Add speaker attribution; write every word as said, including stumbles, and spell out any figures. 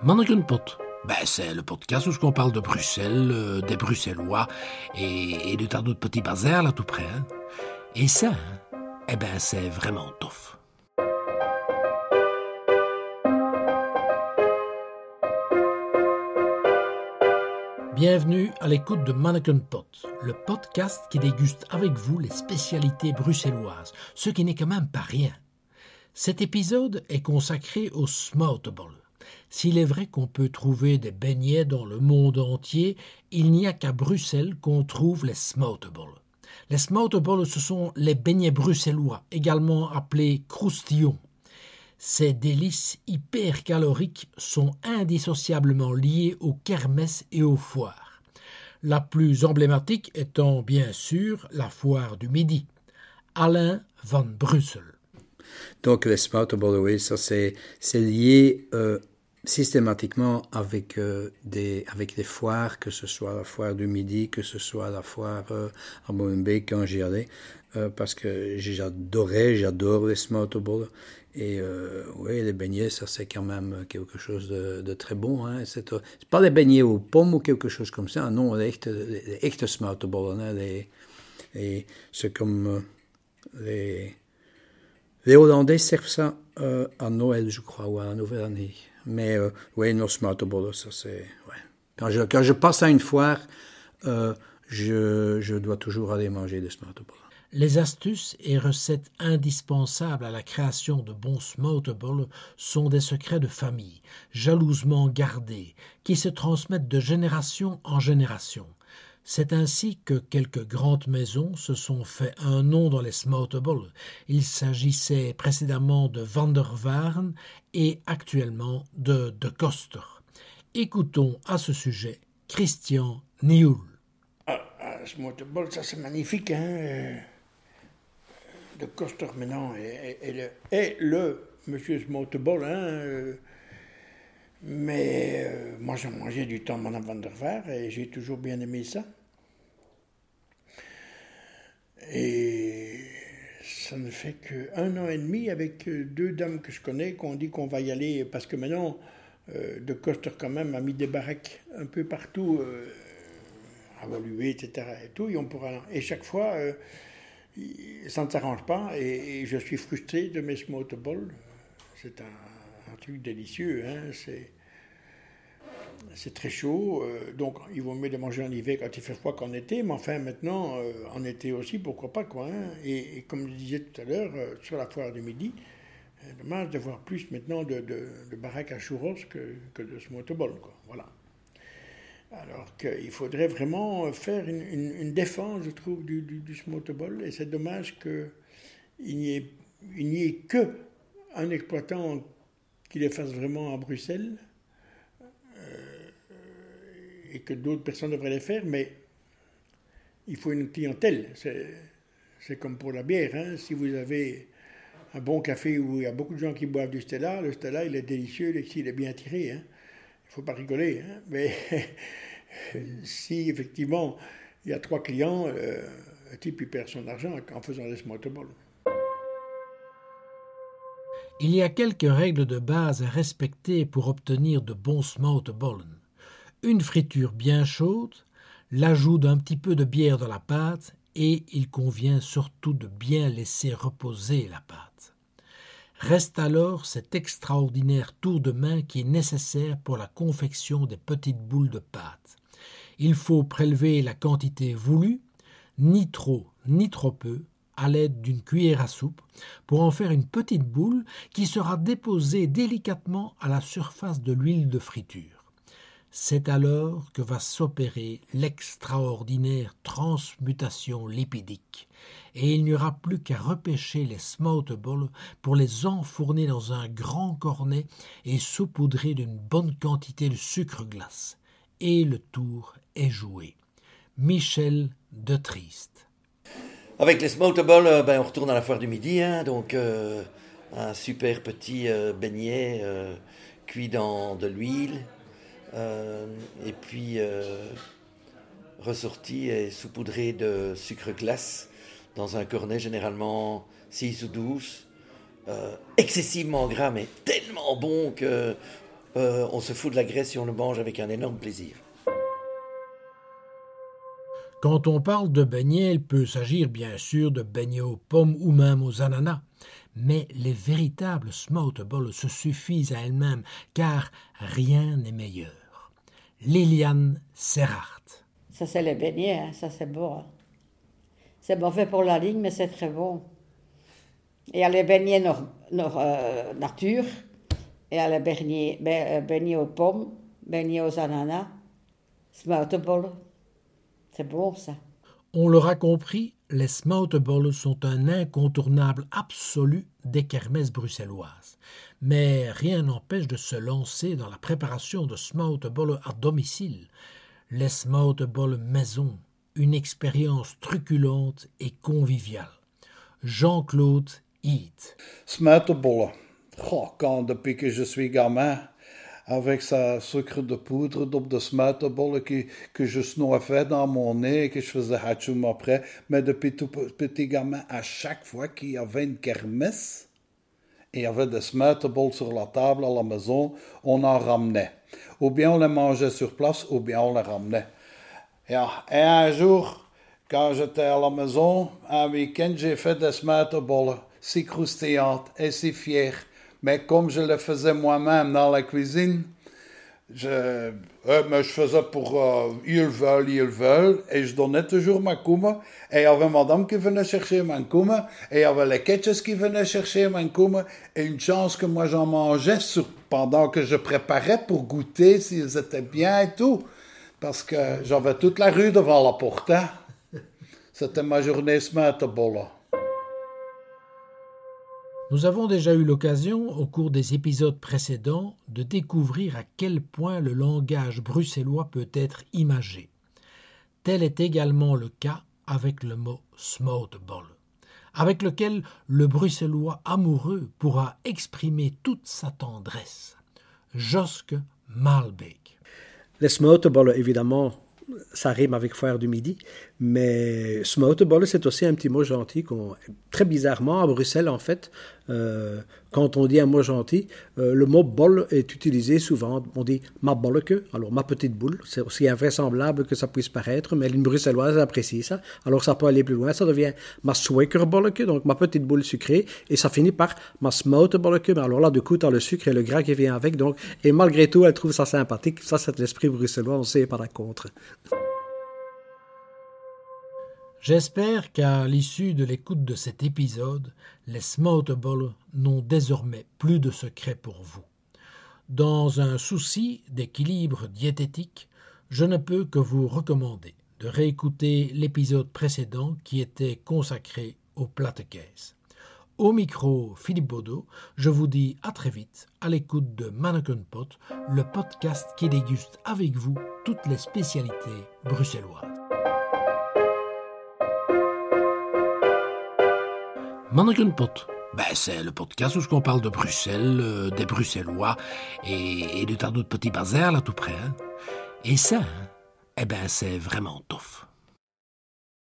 Speaker 1: Manneken-pot, ben, c'est le podcast où on parle de Bruxelles, euh, des Bruxellois et, et de tas d'autres petits bazars là tout près. Hein. Et ça, hein, eh ben, c'est vraiment tough. Bienvenue à l'écoute de Manneken-pot, le podcast qui déguste avec vous les spécialités bruxelloises, ce qui n'est quand même pas rien. Cet épisode est consacré au smoutable. S'il est vrai qu'on peut trouver des beignets dans le monde entier, il n'y a qu'à Bruxelles qu'on trouve les smoutables. Les smoutables, ce sont les beignets bruxellois, également appelés croustillons. Ces délices hyper caloriques sont indissociablement liées aux kermesses et aux foires. La plus emblématique étant bien sûr la foire du Midi. Alain van Brussel.
Speaker 2: Donc les smoutables, oui, ça c'est, c'est lié euh, systématiquement avec, euh, des, avec des foires, que ce soit la foire du Midi, que ce soit la foire euh, à Molenbeek quand j'y allais, euh, parce que j'adorais, j'adore les smoutables. Et euh, oui, les beignets, ça c'est quand même quelque chose de, de très bon. Hein. C'est, c'est pas les beignets aux pommes ou quelque chose comme ça, non, les echte, les echte smoutables. Hein. Les, les, c'est comme euh, les... Les Hollandais servent ça euh, à Noël, je crois, ou à la Nouvelle Année. Mais euh, oui, nos smoutables, ça c'est... Ouais. Quand, je, quand je passe à une foire, euh, je, je dois toujours aller manger des smoutables.
Speaker 1: Les astuces et recettes indispensables à la création de bons smoutables sont des secrets de famille, jalousement gardés, qui se transmettent de génération en génération. C'est ainsi que quelques grandes maisons se sont fait un nom dans les smoutables. Il s'agissait précédemment de Van der Vaaren et actuellement de De Koster. Écoutons à ce sujet Christian Nioul.
Speaker 3: Ah, ah, smoutable, ça c'est magnifique, hein. De Koster maintenant est, est, est, le, est le monsieur smoutable, hein. Mais euh, moi j'ai mangé du temps Madame Van der Vaaren et j'ai toujours bien aimé ça. Et ça ne fait qu'un an et demi avec deux dames que je connais qu'on dit qu'on va y aller parce que maintenant euh, De Koster quand même a mis des baraques un peu partout, euh, à Woluwe, et cetera. Et tout, et on pourra. Et chaque fois, euh, ça ne s'arrange pas et, et je suis frustré de mes smoutables. C'est un, un truc délicieux, hein, c'est. C'est très chaud, euh, donc il vaut mieux de manger en hiver quand il fait froid qu'en été, mais enfin maintenant, euh, en été aussi, pourquoi pas, quoi. Hein. Et, et comme je disais tout à l'heure, euh, sur la foire du Midi, euh, dommage de voir plus maintenant de, de, de baraques à churros que, que de smoutables, quoi. Voilà. Alors qu'il faudrait vraiment faire une, une, une défense, je trouve, du, du, du smoutable, et c'est dommage qu'il n'y ait, il n'y ait qu'un exploitant qui les fasse vraiment à Bruxelles, et que d'autres personnes devraient les faire, mais il faut une clientèle. C'est, c'est comme pour la bière. Hein. Si vous avez un bon café où il y a beaucoup de gens qui boivent du Stella, le Stella, il est délicieux, il est bien tiré. Hein. Il ne faut pas rigoler. Hein. Mais si, effectivement, il y a trois clients, euh, un type, il perd son argent en faisant des smoutables.
Speaker 1: Il y a quelques règles de base à respecter pour obtenir de bons smoutables. Une friture bien chaude, l'ajout d'un petit peu de bière dans la pâte et il convient surtout de bien laisser reposer la pâte. Reste alors cet extraordinaire tour de main qui est nécessaire pour la confection des petites boules de pâte. Il faut prélever la quantité voulue, ni trop ni trop peu, à l'aide d'une cuillère à soupe, pour en faire une petite boule qui sera déposée délicatement à la surface de l'huile de friture. C'est alors que va s'opérer l'extraordinaire transmutation lipidique, et il n'y aura plus qu'à repêcher les smoutables pour les enfourner dans un grand cornet et saupoudrer d'une bonne quantité de sucre glace. Et le tour est joué. Michel de Triest.
Speaker 4: Avec les smoutables, ben, on retourne à la foire du Midi, hein, donc euh, un super petit euh, beignet euh, cuit dans de l'huile. Euh, et puis euh, ressorti et saupoudré de sucre glace dans un cornet généralement six ou douze, euh, excessivement gras mais tellement bon que euh, on se fout de la graisse et on le mange avec un énorme plaisir.
Speaker 1: Quand on parle de beignets, il peut s'agir bien sûr de beignets aux pommes ou même aux ananas. Mais les véritables smoutables se suffisent à elles-mêmes, car rien n'est meilleur. Liliane Serrart.
Speaker 5: Ça, c'est les beignets, hein. Ça, c'est bon. Hein. C'est mauvais pour la ligne, mais c'est très bon. Il y a les beignets nor, nor, euh, nature, et il y a les beignets, be, beignets aux pommes, beignets aux ananas, smoutables. C'est bon, ça.
Speaker 1: On l'aura compris, les smoutables sont un incontournable absolu des kermesses bruxelloises. Mais rien n'empêche de se lancer dans la préparation de smoutables à domicile. Les smoutables maison, une expérience truculente et conviviale. Jean-Claude Heath.
Speaker 6: Smoutables. Oh, quand depuis que je suis gamin, avec sa sucre de poudre de smoutables que, que je snoffais dans mon nez, que je faisais hatchoum après. Mais depuis tout petit gamin, à chaque fois qu'il y avait une kermesse, et il y avait des smoutables sur la table à la maison, on en ramenait. Ou bien on les mangeait sur place, ou bien on les ramenait. Et, et un jour, quand j'étais à la maison, un week-end, j'ai fait des smoutables si croustillantes et si fières. Mais comme je le faisais moi-même dans la cuisine, je, euh, mais je faisais pour euh, ils veulent, ils veulent, et je donnais toujours ma kouma. Et il y avait madame qui venait chercher ma kouma, et il y avait les ketchup qui venaient chercher ma kouma, et une chance que moi j'en mangeais sur, pendant que je préparais pour goûter s'ils étaient bien et tout, parce que j'avais toute la rue devant la porte. Hein. C'était ma journée smoutable.
Speaker 1: Nous avons déjà eu l'occasion, au cours des épisodes précédents, de découvrir à quel point le langage bruxellois peut être imagé. Tel est également le cas avec le mot « smoutable », avec lequel le bruxellois amoureux pourra exprimer toute sa tendresse. Joske Maalbeek.
Speaker 2: Les smoutables, évidemment, ça rime avec foire du midi, mais smoutable, c'est aussi un petit mot gentil. Qu'on, très bizarrement, à Bruxelles, en fait, euh, quand on dit un mot gentil, euh, le mot bol est utilisé souvent. On dit ma bolleke, alors ma petite boule. C'est aussi invraisemblable que ça puisse paraître, mais les Bruxelloises apprécient ça. Alors ça peut aller plus loin, ça devient ma suikerbolleke, donc ma petite boule sucrée, et ça finit par ma smoutebolleke. Mais alors là, du coup, tu as le sucre et le gras qui vient avec, donc, et malgré tout, elle trouve ça sympathique. Ça, c'est l'esprit bruxellois, on sait pas la contre.
Speaker 1: J'espère qu'à l'issue de l'écoute de cet épisode, les smoutables n'ont désormais plus de secret pour vous. Dans un souci d'équilibre diététique, je ne peux que vous recommander de réécouter l'épisode précédent qui était consacré aux platecaisses. Au micro, Philippe Baudot, je vous dis à très vite à l'écoute de Manneken Pot, le podcast qui déguste avec vous toutes les spécialités bruxelloises. Manneken Pot, ben, c'est le podcast où on parle de Bruxelles, euh, des Bruxellois et, et de tas d'autres petits bazars là tout près. Hein. Et ça, hein, eh ben, c'est vraiment tough.